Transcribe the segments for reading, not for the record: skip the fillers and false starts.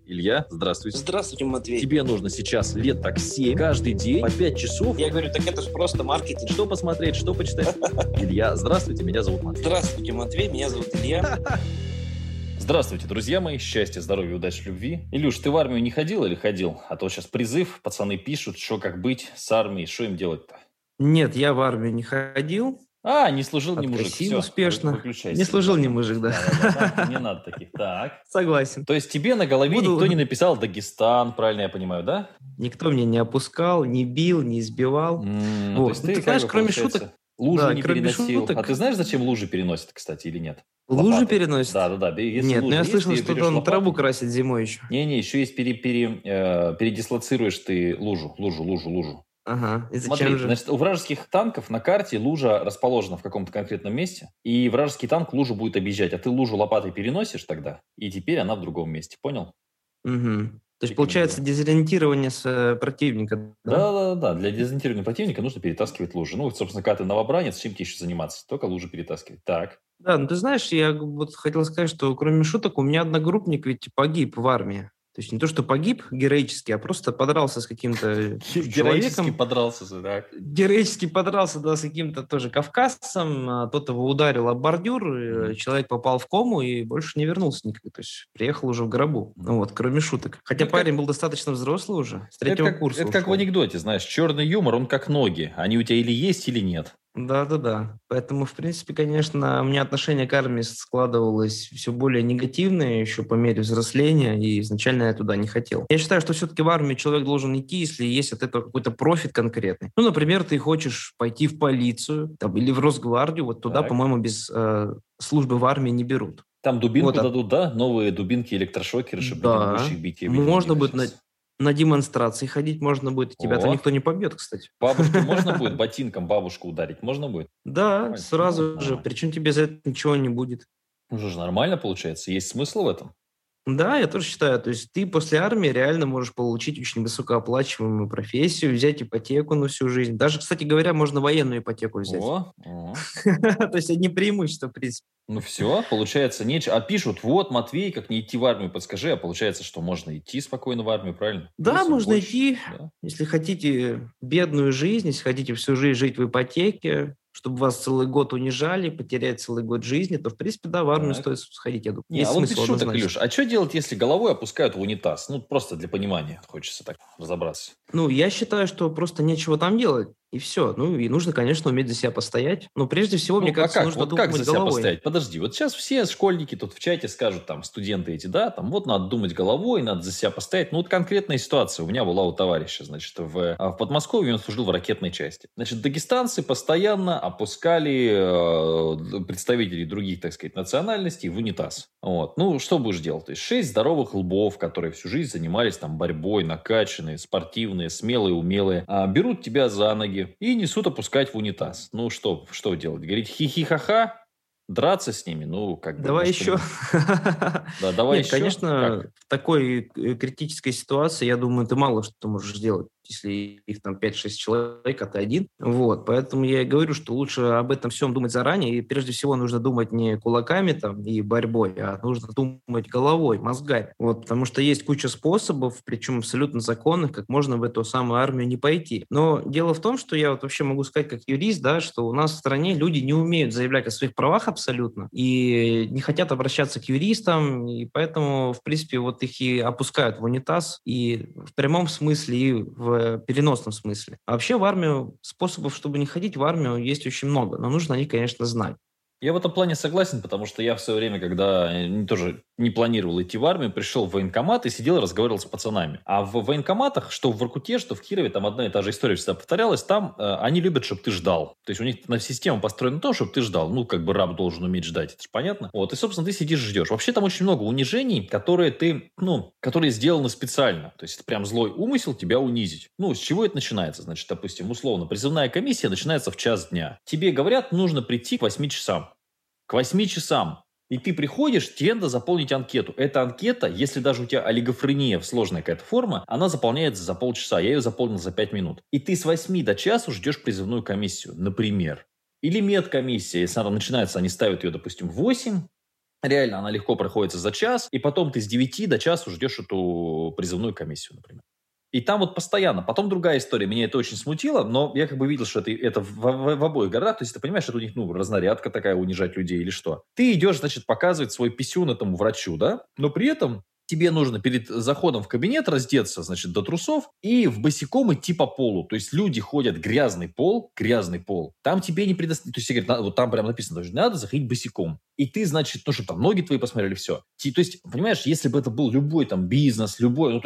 Илья, здравствуйте. Здравствуйте, Матвей. Тебе нужно сейчас лет так 7, каждый день, по 5 часов. Я говорю, так это же просто маркетинг. Что посмотреть, что почитать? Илья, здравствуйте, меня зовут Матвей. Здравствуйте, Матвей, меня зовут Илья. Здравствуйте, друзья мои. Счастья, здоровья, удачи, любви. Илюш, ты в армию не ходил или ходил? А то сейчас призыв, пацаны пишут, что как быть с армией, что им делать-то? Нет, я в армию не ходил. Не служил ни мужик. Откосил Все, успешно. выключайся. Не служил ни мужик, да. Да, не надо таких. Так. Согласен. То есть тебе на голове Буду- никто не написал Дагестан, правильно я понимаю, да? Никто меня не опускал, не бил, не избивал. То Вот. есть Ну, ты, ты знаешь, как бы, кроме получается, шуток, лужу да, не кроме переносил. шуток- А ты знаешь, зачем лужи переносят, кстати, или нет? лужи Лопатой. переносят? Да. Если Нет, но лужа я есть, слышал, ты что берешь там лопатой. траву красят зимой еще. Не, еще есть передислоцируешь ты лужу. Ага, и Смотри, зачем же? значит, у вражеских танков на карте лужа расположена в каком-то конкретном месте, и вражеский танк лужу будет объезжать, а ты лужу лопатой переносишь тогда, и теперь она в другом месте, понял? Мгм. То есть, Таким получается, дезориентирование противника, да? Да. Для дезориентирования противника нужно перетаскивать лужи. Ну, вот, собственно, когда ты новобранец, чем тебе еще заниматься? Только лужи перетаскивать. Так. Да, ну ты знаешь, я вот хотел сказать, что кроме шуток, у меня одногруппник ведь погиб в армии. То есть не то, что погиб героически, а просто подрался с каким-то Героически человеком. подрался, так. Героически подрался, да, с каким-то тоже кавказцем, тот его ударил об бордюр, Мгм. человек попал в кому и больше не вернулся никак, то есть приехал уже в гробу, вот, кроме шуток. Хотя Ну, парень был достаточно взрослый уже, с третьего курса Это как в ушел. анекдоте, знаешь, черный юмор, он как ноги. Они у тебя или есть, или нет. Да. Поэтому, в принципе, конечно, у меня отношение к армии складывалось все более негативное еще по мере взросления, и изначально я туда не хотел. Я считаю, что все-таки в армию человек должен идти, если есть от этого какой-то профит конкретный. Ну, например, ты хочешь пойти в полицию там, или в Росгвардию, вот туда, Так. по-моему, без службы в армии не берут. Там дубинку Вот, дадут, да? Новые дубинки, электрошокеры, чтобы да, дальнобойщик бить. Я видел можно видео будет сейчас. на демонстрации ходить, можно будет, тебя там О. никто не побьет, кстати. Бабушку можно будет ботинком бабушку ударить? Можно будет? Да, Нормально. сразу Ну, же, нормально. причем тебе за это ничего не будет. Ну, что ж, нормально получается. Есть смысл в этом? Да, я тоже считаю. То есть ты после армии реально можешь получить очень высокооплачиваемую профессию, взять ипотеку на всю жизнь. Даже, кстати говоря, можно военную ипотеку взять. О. То есть одни преимущества, в принципе. Ну все, получается, нечего. А пишут, вот, Матвей, как не идти в армию, подскажи. А получается, что можно идти спокойно в армию, правильно? Да, Плюсов можно больше, идти, да. если хотите бедную жизнь, если хотите всю жизнь жить в ипотеке, чтобы вас целый год унижали, потерять целый год жизни, то, в принципе, да, в армию Так. стоит сходить, я думаю. Не, Есть а вот без смысл шуток, однозначно. Илюш, а что делать, если головой опускают в унитаз? Ну, просто для понимания хочется так разобраться. Ну, я считаю, что просто нечего там делать, и все. Ну, и нужно, конечно, уметь за себя постоять. Но прежде всего, мне Ну, кажется, а как? нужно Вот думать как за себя головой. постоять? Подожди, вот сейчас все школьники тут в чате скажут, там, студенты эти, да, там, вот надо думать головой, надо за себя постоять. Ну, вот конкретная ситуация у меня была у товарища, значит, в Подмосковье он служил в ракетной части. Значит, дагестанцы постоянно опускали представителей других, так сказать, национальностей в унитаз. Вот. Ну, что будешь делать? То есть 6 здоровых лбов, которые всю жизнь занимались там борьбой, накачанные, спортивные, смелые, умелые, берут тебя за ноги и несут опускать в унитаз. Ну, что делать? Говорить хи-хи-ха-ха? Драться с ними? Ну, как бы... Давай может, еще. Да, давай Нет, еще. конечно, Как? в такой критической ситуации, я думаю, ты мало что можешь сделать, если их там 5-6 человек, а ты один. Вот, поэтому я и говорю, что лучше об этом всем думать заранее, и прежде всего нужно думать не кулаками там и борьбой, а нужно думать головой, мозгами. Вот, потому что есть куча способов, причем абсолютно законных, как можно в эту самую армию не пойти. Но дело в том, что я вот вообще могу сказать как юрист, да, что у нас в стране люди не умеют заявлять о своих правах абсолютно и не хотят обращаться к юристам, и поэтому, в принципе, вот их и опускают в унитаз и в прямом смысле, и в переносном смысле. А вообще в армию способов, чтобы не ходить в армию, есть очень много, но нужно они, конечно, знать. Я в этом плане согласен, потому что я в свое время, когда тоже не планировал идти в армию, пришел в военкомат и сидел, разговаривал с пацанами. А в военкоматах, что в Воркуте, что в Кирове, там одна и та же история всегда повторялась, там они любят, чтобы ты ждал. То есть у них система построена на том, чтобы ты ждал. Ну, как бы раб должен уметь ждать, это же понятно. Вот, и, собственно, ты сидишь, ждешь. Вообще там очень много унижений, которые которые сделаны специально. То есть это прям злой умысел тебя унизить. Ну, с чего это начинается? Значит, допустим, условно, призывная комиссия начинается в час дня. Тебе говорят, нужно прийти к 8 часам. К 8 часам. И ты приходишь, тебе надо заполнить анкету. Эта анкета, если даже у тебя олигофрения, сложная какая-то форма, она заполняется за полчаса. Я ее заполнил за 5 минут. И ты с 8 до часу ждешь призывную комиссию, например. Или медкомиссия, если она начинается, они ставят ее, допустим, в 8, Реально, она легко проходится за час, и потом ты с 9 до часу ждешь эту призывную комиссию, например. И там вот постоянно. Потом другая история. Меня это очень смутило, но я как бы видел, что это в обоих городах. То есть ты понимаешь, что это у них, разнарядка такая, унижать людей или что. Ты идешь, значит, показывать свой писюн этому врачу, да? Но при этом тебе нужно перед заходом в кабинет раздеться, значит, до трусов и в босиком идти по полу. То есть люди ходят грязный пол. Там тебе не предоставляют. То есть, говорят, вот там прям написано, что надо заходить босиком. И ты, значит, чтобы там ноги твои посмотрели, все. То есть, понимаешь, если бы это был любой там бизнес, любой,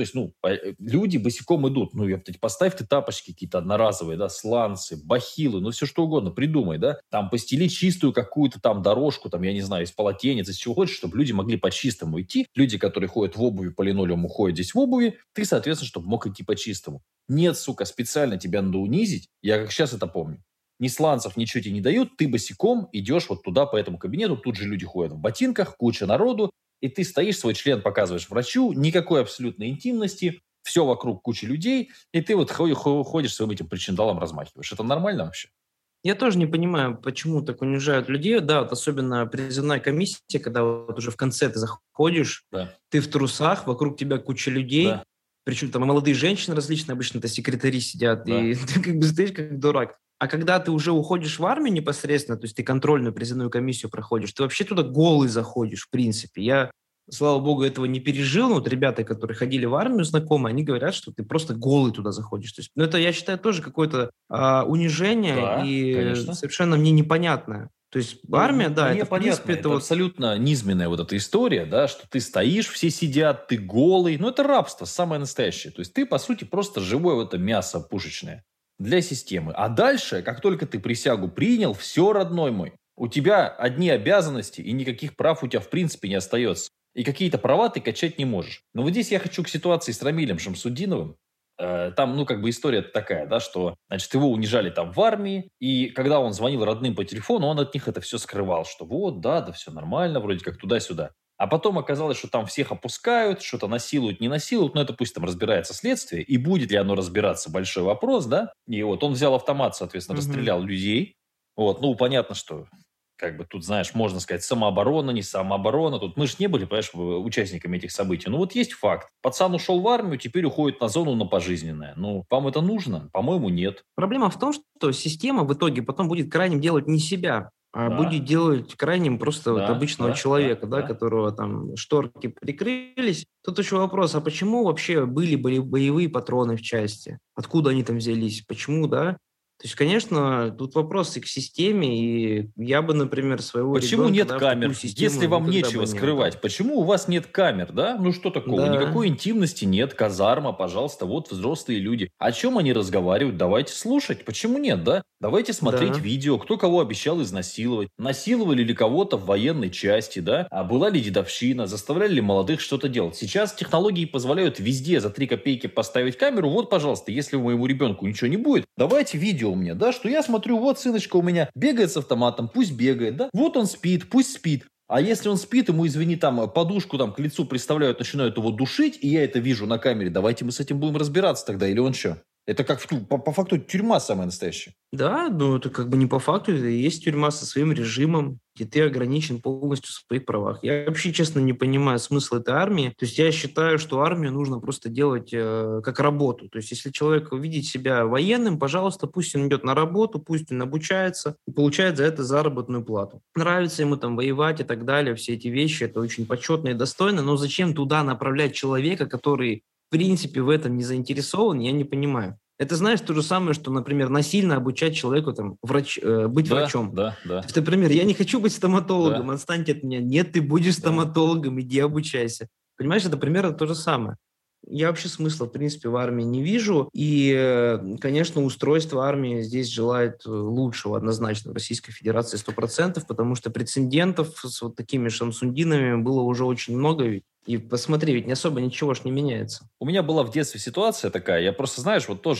люди босиком идут. Поставь ты тапочки какие-то одноразовые, да, сланцы, бахилы, все что угодно, придумай, да. Там постели чистую какую-то там дорожку, там, я не знаю, из полотенец, из чего хочешь, чтобы люди могли по-чистому идти. Люди, которые ходят в обуви по линолеуму, ходят здесь в обуви, ты, соответственно, чтобы мог идти по-чистому. Нет, сука, специально тебя надо унизить. Я как сейчас это помню. Ни сланцев, ничего тебе не дают, ты босиком идешь вот туда, по этому кабинету, тут же люди ходят в ботинках, куча народу, и ты стоишь, свой член показываешь врачу, никакой абсолютной интимности, все вокруг куча людей, и ты вот ходишь своим этим причиндалом размахиваешь. Это нормально вообще? Я тоже не понимаю, почему так унижают людей. Да, вот особенно призывная комиссия, когда вот уже в конце ты заходишь, Да. ты в трусах, вокруг тебя куча людей, Да. причем там и молодые женщины различные, обычно это секретари сидят, Да. и ты как бы стоишь как дурак. А когда ты уже уходишь в армию непосредственно, то есть ты контрольную призывную комиссию проходишь, ты вообще туда голый заходишь, в принципе. Я, слава богу, этого не пережил. Но вот ребята, которые ходили в армию, знакомые, они говорят, что ты просто голый туда заходишь. То есть, это, я считаю, тоже какое-то унижение Да, и конечно. совершенно мне непонятное. То есть армия, да, мне это, в принципе, понятно, это это вот... абсолютно низменная вот эта история, да, что ты стоишь, все сидят, ты голый. Это рабство, самое настоящее. То есть ты, по сути, просто живое вот это мясо пушечное для системы. А дальше, как только ты присягу принял, все, родной мой, у тебя одни обязанности, и никаких прав у тебя в принципе не остается. И какие-то права ты качать не можешь. Но вот здесь я хочу к ситуации с Рамилем Шамсудиновым. Там, история такая, да, что, значит, его унижали там в армии, и когда он звонил родным по телефону, он от них это все скрывал, что вот, да все нормально, вроде как туда-сюда. А потом оказалось, что там всех опускают, что-то насилуют, не насилуют, но это пусть там разбирается следствие, и будет ли оно разбираться, большой вопрос, да. И вот он взял автомат, соответственно, расстрелял людей. Вот, понятно, что как бы тут, знаешь, можно сказать, самооборона, не самооборона. Тут мы же не были, понимаешь, участниками этих событий. Вот есть факт. Пацан ушел в армию, теперь уходит на зону на пожизненное. Вам это нужно? По-моему, нет. Проблема в том, что система в итоге потом будет крайним делать не себя, а Да. будет делать крайним просто вот обычного человека, да, которого там шторки прикрылись. Тут еще вопрос, а почему вообще были боевые патроны в части? Откуда они там взялись? Почему, да? То есть, конечно, тут вопросы к системе, и я бы, например, своего Почему ребенка... нет да, в камер? такую систему Если вам никогда нечего бы не скрывать, отдал. почему у вас нет камер, да? Что такого? Да. Никакой интимности нет, казарма, пожалуйста, вот взрослые люди. О чем они разговаривают? Давайте слушать. Почему нет, да? Давайте смотреть Да. видео, кто кого обещал изнасиловать. Насиловали ли кого-то в военной части, да? А была ли дедовщина? Заставляли ли молодых что-то делать? Сейчас технологии позволяют везде за 3 копейки поставить камеру. Вот, пожалуйста, если моему ребенку ничего не будет, давайте видео у меня, да, что я смотрю, вот сыночка у меня бегает с автоматом, пусть бегает, да? Вот он спит, пусть спит. А если он спит, ему, извини, там подушку там к лицу приставляют, начинают его душить, и я это вижу на камере, давайте мы с этим будем разбираться тогда, или он что? Это как по факту тюрьма самая настоящая. Да, но это как бы не по факту, это и есть тюрьма со своим режимом, где ты ограничен полностью в своих правах. Я вообще, честно, не понимаю смысла этой армии. То есть я считаю, что армию нужно просто делать как работу. То есть если человек видит себя военным, пожалуйста, пусть он идет на работу, пусть он обучается и получает за это заработную плату. Нравится ему там воевать и так далее, все эти вещи, это очень почетно и достойно, но зачем туда направлять человека, который в принципе в этом не заинтересован, я не понимаю. Это, знаешь, то же самое, что, например, насильно обучать человеку там, быть врачом. Да. То есть, например, я не хочу быть стоматологом, Да. отстаньте от меня. Нет, ты будешь стоматологом, иди обучайся. Понимаешь, это примерно то же самое. Я вообще смысла, в принципе, в армии не вижу. И, конечно, устройство армии здесь желает лучшего однозначно в Российской Федерации 100%, потому что прецедентов с вот такими Шамсудинами было уже очень много. И посмотри, ведь не особо ничего ж не меняется. У меня была в детстве ситуация такая, я просто, знаешь, вот тоже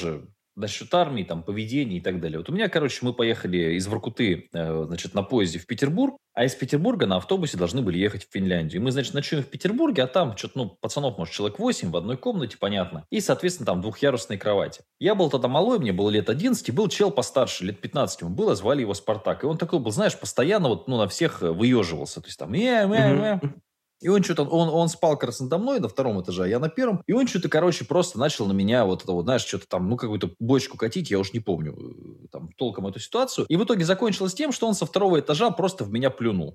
насчет армии, там, поведения и так далее. Вот у меня, короче, мы поехали из Воркуты, значит, на поезде в Петербург, а из Петербурга на автобусе должны были ехать в Финляндию. И мы, значит, ночуем в Петербурге, а там что-то, ну, пацанов, может, человек 8 в одной комнате, понятно. И, соответственно, там двухъярусные кровати. Я был тогда малой, мне было лет 11, был чел постарше, лет 15 ему было, звали его Спартак. И он такой был, знаешь, постоянно вот, ну, на всех выеживался. То есть там, Мгм. и он что-то, он спал как раз надо мной на втором этаже, а я на первом. И он что-то, короче, просто начал на меня вот это вот, знаешь, что-то там, ну, какую-то бочку катить, я уж не помню там толком эту ситуацию. И в итоге закончилось тем, что он со второго этажа просто в меня плюнул.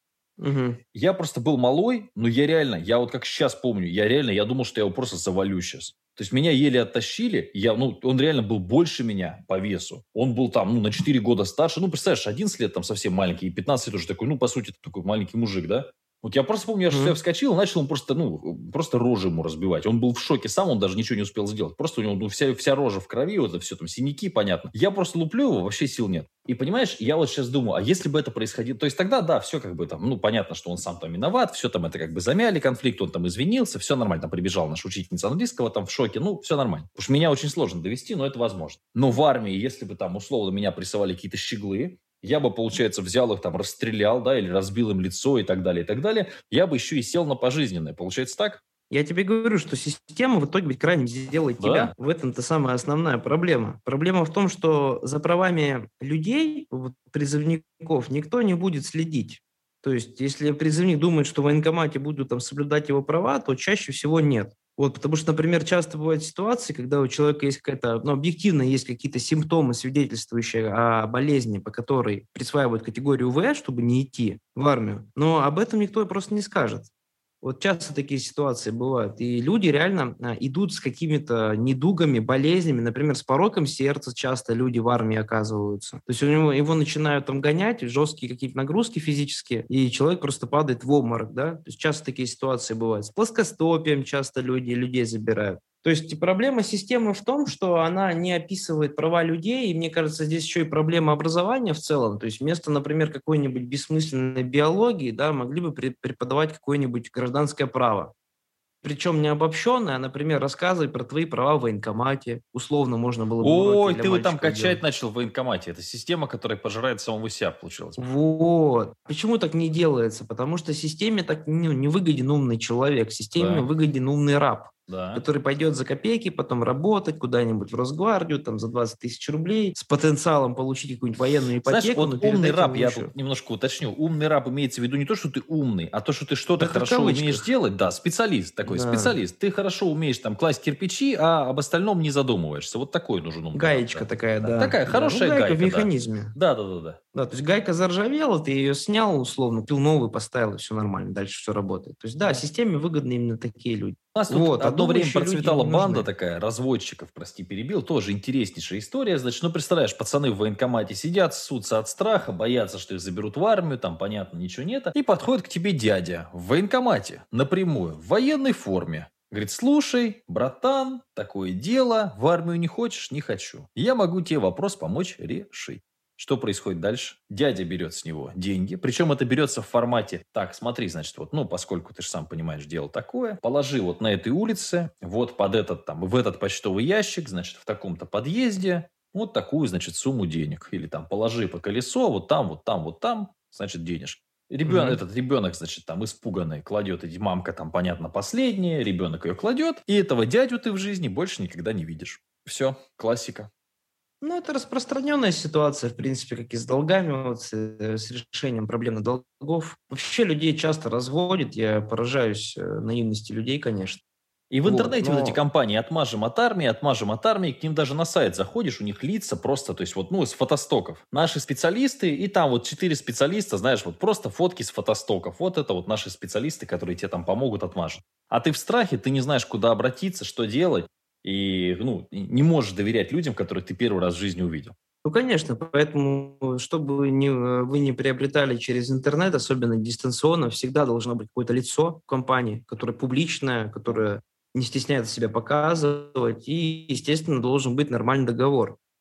Мгм. Я просто был малой, но я реально, я вот как сейчас помню, я думал, что я его просто завалю сейчас. То есть меня еле оттащили, ну, он реально был больше меня по весу. Он был там, ну, на 4 года старше. Ну, представляешь, 11 лет там совсем маленький, и 15 лет уже такой, ну, по сути, такой маленький мужик, да? Вот я просто помню, я же вскочил, начал он просто, ну, просто рожу ему разбивать. Он был в шоке сам, он даже ничего не успел сделать. Просто у него ну, вся рожа в крови, вот это все там, синяки, понятно. Я просто луплю его, вообще сил нет. И понимаешь, я вот сейчас думаю, а если бы это происходило... То есть тогда, да, все как бы там, ну, понятно, что он сам там виноват, все там это как бы замяли конфликт, он там извинился, все нормально, там прибежала наша учительница английского, там в шоке, ну, все нормально. Потому что меня очень сложно довести, но это возможно. Но в армии, если бы там условно меня прессовали какие-то щеглы, я бы, получается, взял их там, расстрелял, да, или разбил им лицо и так далее, я бы еще и сел на пожизненное. Получается так? Я тебе говорю, что система в итоге крайним сделает Да. тебя. В этом-то самая основная проблема. Проблема в том, что за правами людей, вот, призывников, никто не будет следить. То есть, если призывник думает, что в военкомате будут там соблюдать его права, то чаще всего нет. Вот, потому что, например, часто бывают ситуации, когда у человека есть какая-то, ну, объективно есть какие-то симптомы, свидетельствующие о болезни, по которой присваивают категорию В, чтобы не идти в армию. Но об этом никто просто не скажет. Вот часто такие ситуации бывают. И люди реально идут с какими-то недугами, болезнями. Например, с пороком сердца часто люди в армии оказываются. То есть его начинают там гонять, жесткие какие-то нагрузки физические, и человек просто падает в обморок. Да? То есть часто такие ситуации бывают. С плоскостопием часто людей забирают. То есть проблема системы в том, что она не описывает права людей, и мне кажется, здесь еще и проблема образования в целом. То есть вместо, например, какой-нибудь бессмысленной биологии, да, могли бы преподавать какое-нибудь гражданское право. Причем не обобщенное, а, например, рассказывать про твои права в военкомате. Условно можно было бы уроки Ой, для ты вот там мальчиков качать делать. начал в военкомате. Это система, которая пожирает самого себя, получилось. Вот. Почему так не делается? Потому что системе так не выгоден умный человек, системе Да. выгоден умный раб, Да. который пойдет за копейки, потом работать куда-нибудь в Росгвардию, там за 20 тысяч рублей, с потенциалом получить какую-нибудь военную ипотеку. Знаешь, вот но перед умный этим раб, я еще- тут немножко уточню. Умный раб имеется в виду не то, что ты умный, а то, что ты что-то Это в хорошо кавычках. умеешь делать. Да, специалист такой, Да. специалист. Ты хорошо умеешь там класть кирпичи, а об остальном не задумываешься. Вот такой нужен умный Гаечка раб, да. такая, да. Такая Да. хорошая Ну, гайка гайка, в да. механизме. Да. Да, то есть гайка заржавела, ты ее снял условно, купил новую, поставил, и все нормально, дальше все работает. То есть да, системе выгодны именно такие люди. У нас тут Вот, а одно время думающие люди процветала не банда нужны. такая, разводчиков, прости, перебил, тоже интереснейшая история. Значит, ну, представляешь, пацаны в военкомате сидят, ссутся от страха, боятся, что их заберут в армию, там, понятно, ничего нет. И подходит к тебе дядя в военкомате, напрямую, в военной форме. Говорит, слушай, братан, такое дело, в армию не хочешь? Не хочу. Я могу тебе вопрос помочь решить. Что происходит дальше? Дядя берет с него деньги, причем это берется в формате, так, смотри, значит, вот, ну, поскольку ты же сам понимаешь, дело такое, положи вот на этой улице, вот под этот там, в этот почтовый ящик, значит, в таком-то подъезде, вот такую, значит, сумму денег. Или там положи по колесо, вот там, значит, денежки. Этот ребенок, значит, там испуганный, кладет, эти мамка там, понятно, последняя, ребенок ее кладет, и этого дядю ты в жизни больше никогда не видишь. Все, классика. Ну, это распространенная ситуация, в принципе, как и с долгами, вот, с решением проблемы долгов. Вообще людей часто разводят, я поражаюсь наивности людей, конечно. И в Вот, интернете вот эти но- компании отмажем от армии, к ним даже на сайт заходишь, у них лица просто, то есть вот, ну, с фотостоков. Наши специалисты, и там вот 4 специалиста, знаешь, вот просто фотки с фотостоков. Вот это вот наши специалисты, которые тебе там помогут, отмажут. А ты в страхе, ты не знаешь, куда обратиться, что делать, и, ну, не можешь доверять людям, которых ты первый раз в жизни увидел. Ну, конечно, поэтому, чтобы вы не приобретали через интернет, особенно дистанционно, всегда должно быть какое-то лицо в компании, которое публичное, которое не стесняется себя показывать, и, естественно, должен быть нормальный договор.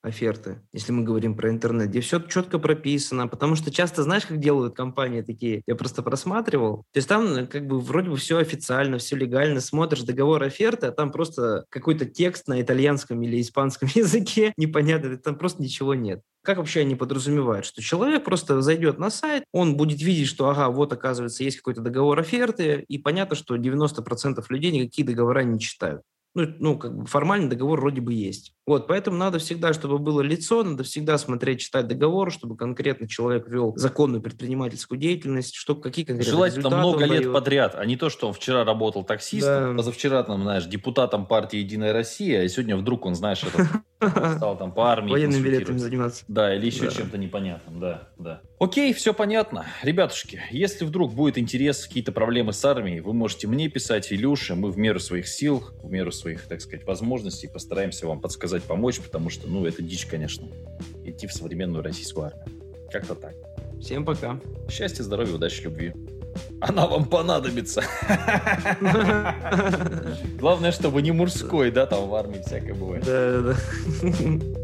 оферты, если мы говорим про интернет, где все четко прописано, потому что часто, знаешь, как делают компании такие, я просто просматривал, то есть там как бы вроде бы все официально, все легально, смотришь договор оферты, а там просто какой-то текст на итальянском или испанском языке непонятно, там просто ничего нет. Как вообще они подразумевают? Что человек просто зайдет на сайт, он будет видеть, что, ага, вот, оказывается, есть какой-то договор оферты, и понятно, что 90% людей никакие договора не читают. Ну, как бы формальный договор вроде бы есть. Вот, поэтому надо всегда, чтобы было лицо, надо всегда смотреть, читать договор, чтобы конкретно человек вел законную предпринимательскую деятельность, чтобы какие конкретные Желательно результаты много он лет дает. подряд, а не то, что он вчера работал таксистом, Да. позавчера, там, знаешь, депутатом партии «Единая Россия», а сегодня вдруг он, знаешь, стал там по армии Военными билетами консультировать. заниматься. Да, или еще Да. чем-то непонятным, да. Окей, все понятно. Ребятушки, если вдруг будет интерес, какие-то проблемы с армией, вы можете мне писать, Илюше, мы в меру своих сил, в меру своих, так сказать, возможностей постараемся вам подсказать, помочь, потому что, это дичь, конечно, идти в современную российскую армию. Как-то так. Всем пока. Счастья, здоровья, удачи, любви. Она вам понадобится. Главное, чтобы не мужской, да, там в армии всякое бывает. Да.